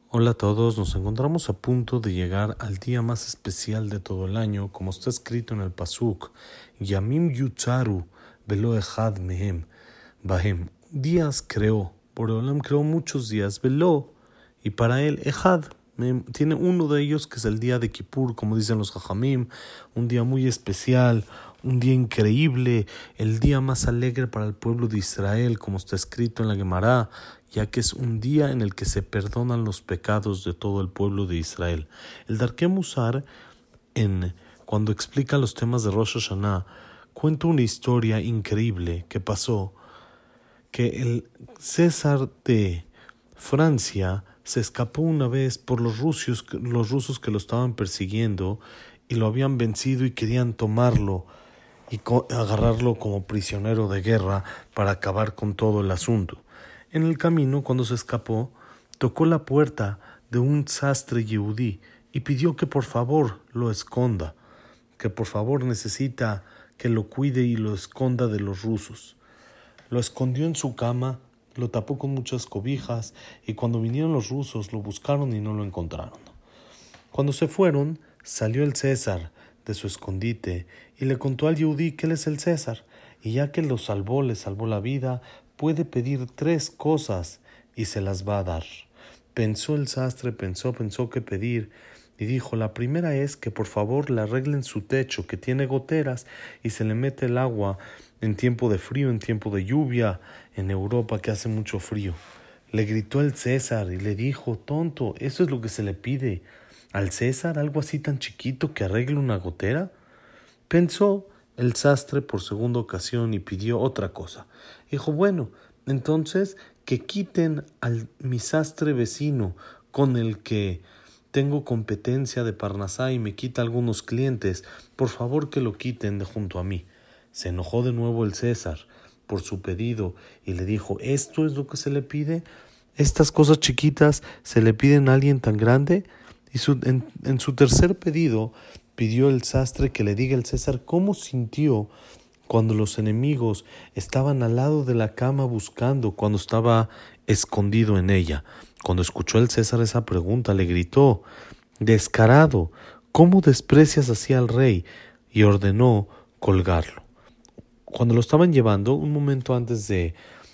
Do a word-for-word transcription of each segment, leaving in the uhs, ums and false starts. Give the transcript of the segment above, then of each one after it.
Hola a todos, nos encontramos a punto de llegar al día más especial de todo el año, como está escrito en el Pasuk, Yamim Yutzaru Velo Echad Mehem Bahem. Días creó, Boreolam creó muchos días, Velo, y para él Echad, Mehem, tiene uno de ellos que es el día de Kippur, como dicen los Jajamim, un día muy especial, un día increíble, el día más alegre para el pueblo de Israel, como está escrito en la Gemara, ya que es un día en el que se perdonan los pecados de todo el pueblo de Israel. El Darkei Musar, en, cuando explica los temas de Rosh Hashanah, cuenta una historia increíble que pasó, que el César de Francia se escapó una vez por los rusos, los rusos que lo estaban persiguiendo y lo habían vencido y querían tomarlo y agarrarlo como prisionero de guerra para acabar con todo el asunto. En el camino, cuando se escapó, tocó la puerta de un sastre yehudí y pidió que por favor lo esconda, que por favor necesita que lo cuide y lo esconda de los rusos. Lo escondió en su cama, lo tapó con muchas cobijas y cuando vinieron los rusos lo buscaron y no lo encontraron. Cuando se fueron, salió el César de su escondite y le contó al yehudí que él es el César y ya que lo salvó, le salvó la vida, puede pedir tres cosas y se las va a dar. Pensó el sastre, pensó, pensó qué pedir y dijo, la primera es que por favor le arreglen su techo que tiene goteras y se le mete el agua en tiempo de frío, en tiempo de lluvia, en Europa que hace mucho frío. Le gritó el César y le dijo, tonto, ¿eso es lo que se le pide al César? ¿Algo así tan chiquito que arregle una gotera? Pensó el sastre por segunda ocasión y pidió otra cosa. Dijo, bueno, entonces que quiten al mi sastre vecino con el que tengo competencia de Parnasá y me quita algunos clientes, por favor que lo quiten de junto a mí. Se enojó de nuevo el César por su pedido y le dijo, ¿esto es lo que se le pide? ¿Estas cosas chiquitas se le piden a alguien tan grande? Y su, en, en su tercer pedido pidió el sastre que le diga al César cómo sintió cuando los enemigos estaban al lado de la cama buscando, cuando estaba escondido en ella. Cuando escuchó el César esa pregunta, le gritó, descarado, ¿cómo desprecias así al rey? Y ordenó colgarlo. Cuando lo estaban llevando, un momento antes de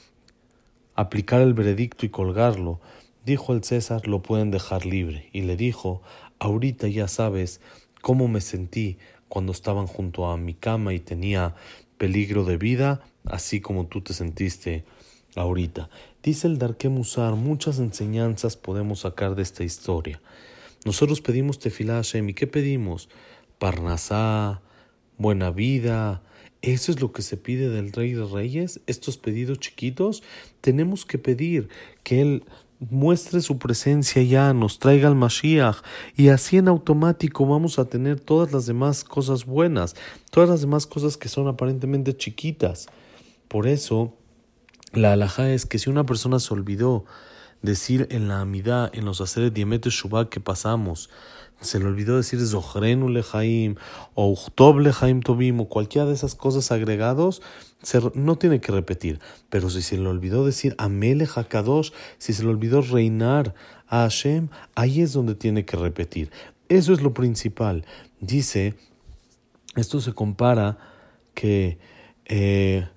aplicar el veredicto y colgarlo, dijo el César, lo pueden dejar libre. Y le dijo, ahorita ya sabes cómo me sentí cuando estaban junto a mi cama y tenía peligro de vida, así como tú te sentiste ahorita. Dice el Darkei Musar, muchas enseñanzas podemos sacar de esta historia. Nosotros pedimos Tefilá Hashem, ¿y qué pedimos? Parnasá, buena vida. ¿Eso es lo que se pide del Rey de Reyes? Estos pedidos chiquitos, tenemos que pedir que Él muestre su presencia ya, nos traiga el Mashiach y así en automático vamos a tener todas las demás cosas buenas, todas las demás cosas que son aparentemente chiquitas. Por eso, la halajá es que si una persona se olvidó decir en la amidá, en los aseret Yemet Teshuvah que pasamos, se le olvidó decir Zochrenu lejaim o Uchtov lejaim tovim o cualquiera de esas cosas agregados, se, no tiene que repetir. Pero si se le olvidó decir Amelech HaKadosh, si se le olvidó reinar a Hashem, ahí es donde tiene que repetir. Eso es lo principal. Dice, esto se compara que eh,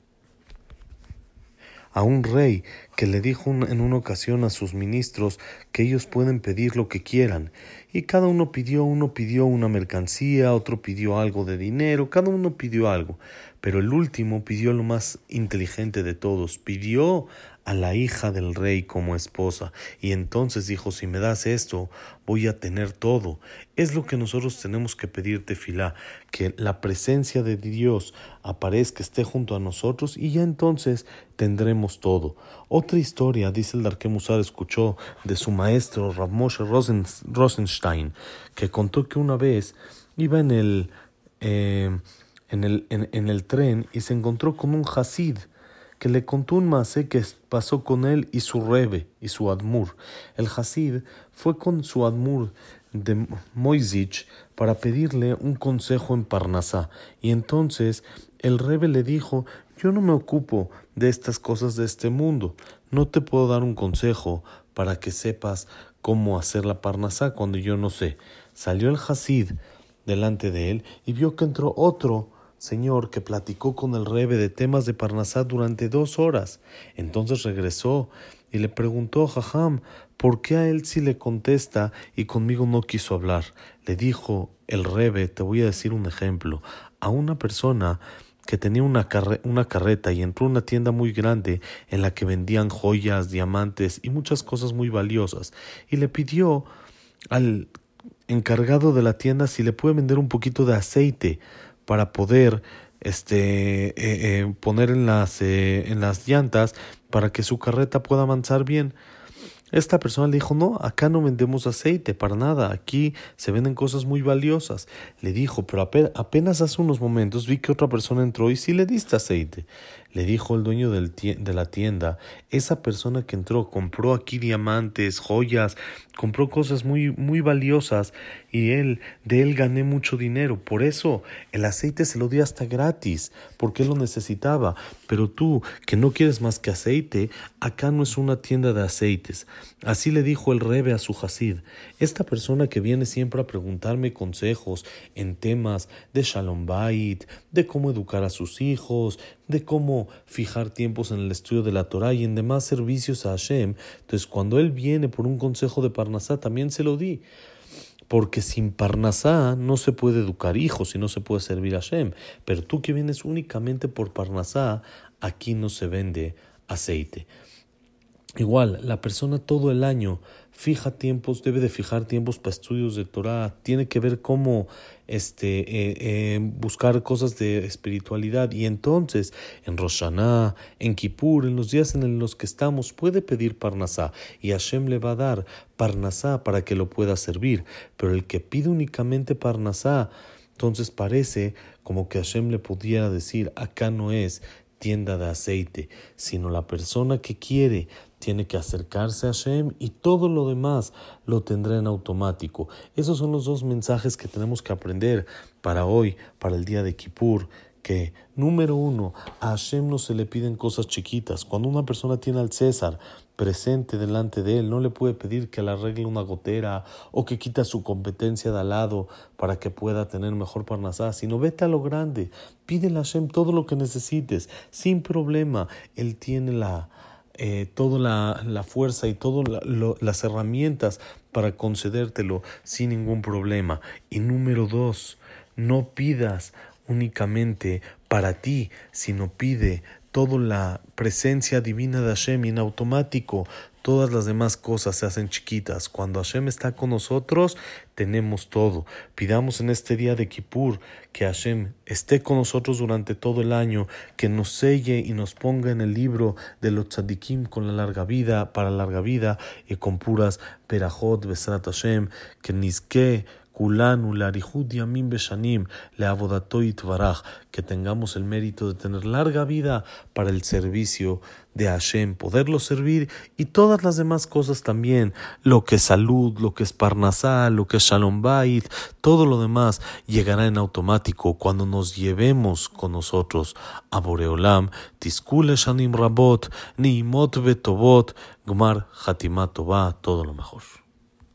a un rey que le dijo en una ocasión a sus ministros que ellos pueden pedir lo que quieran. Y cada uno pidió, uno pidió una mercancía, otro pidió algo de dinero, cada uno pidió algo. Pero el último pidió lo más inteligente de todos, pidió a la hija del rey como esposa. Y entonces dijo, si me das esto, voy a tener todo. Es lo que nosotros tenemos que pedir tefilá, que la presencia de Dios aparezca, esté junto a nosotros y ya entonces tendremos todo. Otra historia, dice el Darkei Musar, escuchó de su maestro Rav Moshe Rosenstein, que contó que una vez iba en el, eh, en el, en, en el tren y se encontró con un Hasid que le contó un masé que pasó con él y su rebe y su admur. El Hasid fue con su admur de Moisich para pedirle un consejo en Parnasá y entonces el rebe le dijo, yo no me ocupo de estas cosas de este mundo, no te puedo dar un consejo para que sepas cómo hacer la parnasá cuando yo no sé. Salió el Hasid delante de él y vio que entró otro señor que platicó con el Rebbe de temas de parnasá durante dos horas. Entonces regresó y le preguntó, Jajam, ¿por qué a él sí le contesta y conmigo no quiso hablar? Le dijo el Rebbe, te voy a decir un ejemplo, a una persona que tenía una, carre- una carreta y entró a una tienda muy grande en la que vendían joyas, diamantes y muchas cosas muy valiosas, y le pidió al encargado de la tienda si le puede vender un poquito de aceite para poder este, eh, eh, poner en las, eh, en las llantas para que su carreta pueda avanzar bien. Esta persona le dijo, no, acá no vendemos aceite para nada, aquí se venden cosas muy valiosas. Le dijo, pero apenas hace unos momentos vi que otra persona entró y sí le diste aceite. Le dijo el dueño del de la tienda, esa persona que entró compró aquí diamantes, joyas, compró cosas muy, muy valiosas y él, de él gané mucho dinero. Por eso el aceite se lo di hasta gratis, porque él lo necesitaba. Pero tú, que no quieres más que aceite, acá no es una tienda de aceites. Así le dijo el Rebbe a su Hasid. Esta persona que viene siempre a preguntarme consejos en temas de Shalom Bait, de cómo educar a sus hijos, de cómo fijar tiempos en el estudio de la Torah y en demás servicios a Hashem. Entonces, cuando él viene por un consejo de Parnasá, también se lo di. Porque sin Parnasá no se puede educar hijos y no se puede servir a Hashem. Pero tú que vienes únicamente por Parnasá, aquí no se vende aceite. Igual, la persona todo el año fija tiempos, debe de fijar tiempos para estudios de Torah, tiene que ver cómo este, eh, eh, buscar cosas de espiritualidad, y entonces en Rosh Hashanah, en Kippur, en los días en los que estamos, puede pedir Parnasá y Hashem le va a dar Parnasá para que lo pueda servir. Pero el que pide únicamente Parnasá, entonces parece como que Hashem le pudiera decir, acá no es tienda de aceite, sino la persona que quiere tiene que acercarse a Hashem y todo lo demás lo tendrá en automático. Esos son los dos mensajes que tenemos que aprender para hoy, para el día de Kippur. Que, número uno, a Hashem no se le piden cosas chiquitas. Cuando una persona tiene al César presente delante de él, no le puede pedir que le arregle una gotera o que quita su competencia de al lado para que pueda tener mejor parnasá, sino vete a lo grande, pídele a Hashem todo lo que necesites, sin problema. Él tiene la, eh, toda la, la fuerza y todas la, las herramientas para concedértelo sin ningún problema. Y número dos, no pidas únicamente para ti, sino pide toda la presencia divina de Hashem y en automático todas las demás cosas se hacen chiquitas. Cuando Hashem está con nosotros, tenemos todo. Pidamos en este día de Kippur que Hashem esté con nosotros durante todo el año, que nos selle y nos ponga en el libro de los tzadikim con la larga vida, para larga vida y con puras berajot, besrat Hashem, que nizke Kulanu, Larihud Yamim Beshanim, Leavodato Itvaraj, que tengamos el mérito de tener larga vida para el servicio de Hashem, poderlo servir y todas las demás cosas también, lo que es salud, lo que es Parnasá, lo que es Shalom Bait, todo lo demás llegará en automático cuando nos llevemos con nosotros a Boreolam, Tiskule Shanim Rabot, Niimot Betobot, Gmar Hatimat Tová, todo lo mejor.